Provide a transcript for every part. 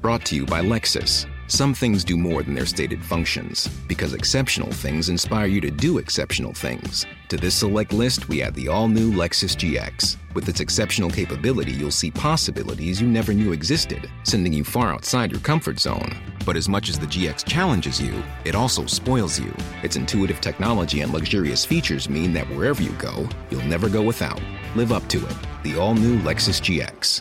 Brought to you by Lexus. Some things do more than their stated functions, because exceptional things inspire you to do exceptional things. To this select list, we add the all-new Lexus GX. With its exceptional capability, you'll see possibilities you never knew existed, sending you far outside your comfort zone. But as much as the GX challenges you, it also spoils you. Its intuitive technology and luxurious features mean that wherever you go, you'll never go without. Live up to it. The all-new Lexus GX.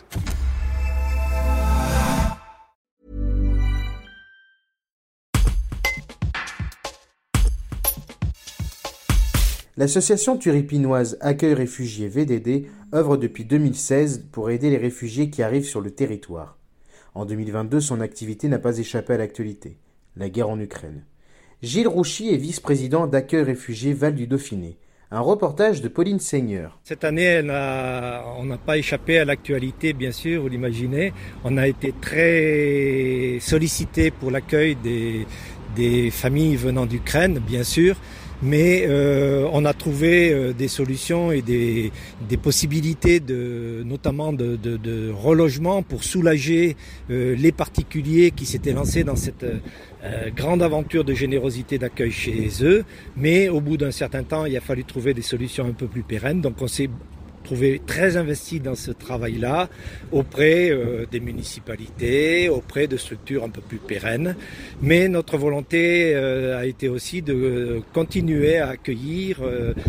L'association turipinoise Accueil Réfugiés VDD œuvre depuis 2016 pour aider les réfugiés qui arrivent sur le territoire. En 2022, son activité n'a pas échappé à l'actualité, la guerre en Ukraine. Gilles Rouchy est vice-président d'Accueil Réfugiés Val du Dauphiné. Un reportage de Pauline Seigneur. Cette année, on n'a pas échappé à l'actualité, bien sûr, vous l'imaginez. On a été très sollicité pour l'accueil des familles venant d'Ukraine, bien sûr. Mais on a trouvé des solutions et des possibilités notamment de relogement pour soulager les particuliers qui s'étaient lancés dans cette grande aventure de générosité d'accueil chez eux. Mais au bout d'un certain temps, il a fallu trouver des solutions un peu plus pérennes. Donc on s'est trouvé très investi dans ce travail-là auprès des municipalités, auprès de structures un peu plus pérennes. Mais notre volonté a été aussi de continuer à accueillir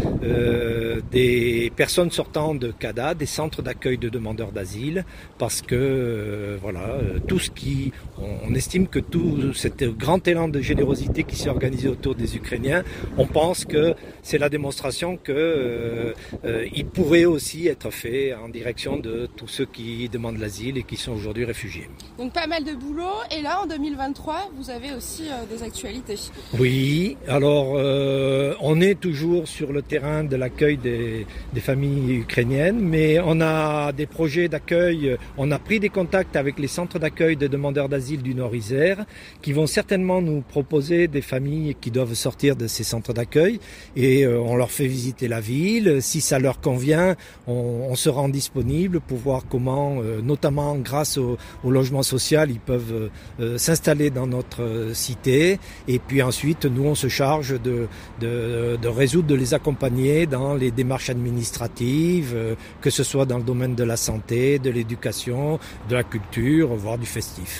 des personnes sortant de CADA, des centres d'accueil de demandeurs d'asile, parce que tout ce qui, on estime que tout cet grand élan de générosité qui s'est organisé autour des Ukrainiens, on pense que c'est la démonstration que il pourrait aussi être fait en direction de tous ceux qui demandent l'asile et qui sont aujourd'hui réfugiés. Donc pas mal de boulot, et là en 2023 vous avez aussi des actualités. Oui, alors on est toujours sur le terrain de l'accueil des familles ukrainiennes, mais on a des projets d'accueil, on a pris des contacts avec les centres d'accueil de demandeurs d'asile du Nord-Isère qui vont certainement nous proposer des familles qui doivent sortir de ces centres d'accueil, et on leur fait visiter la ville. Si ça leur convient, on se rend disponible pour voir comment, notamment grâce au logement social, ils peuvent s'installer dans notre cité. Et puis ensuite, nous, on se charge de résoudre, de les accompagner dans les démarches administratives, que ce soit dans le domaine de la santé, de l'éducation, de la culture, voire du festif.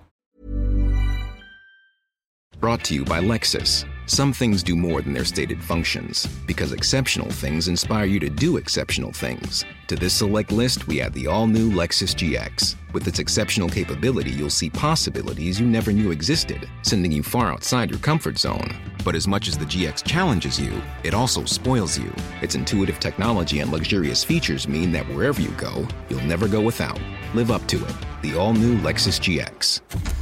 Brought to you by Lexus. Some things do more than their stated functions, because exceptional things inspire you to do exceptional things. To this select list, we add the all-new Lexus GX. With its exceptional capability, you'll see possibilities you never knew existed, sending you far outside your comfort zone. But as much as the GX challenges you, it also spoils you. Its intuitive technology and luxurious features mean that wherever you go, you'll never go without. Live up to it. The all-new Lexus GX.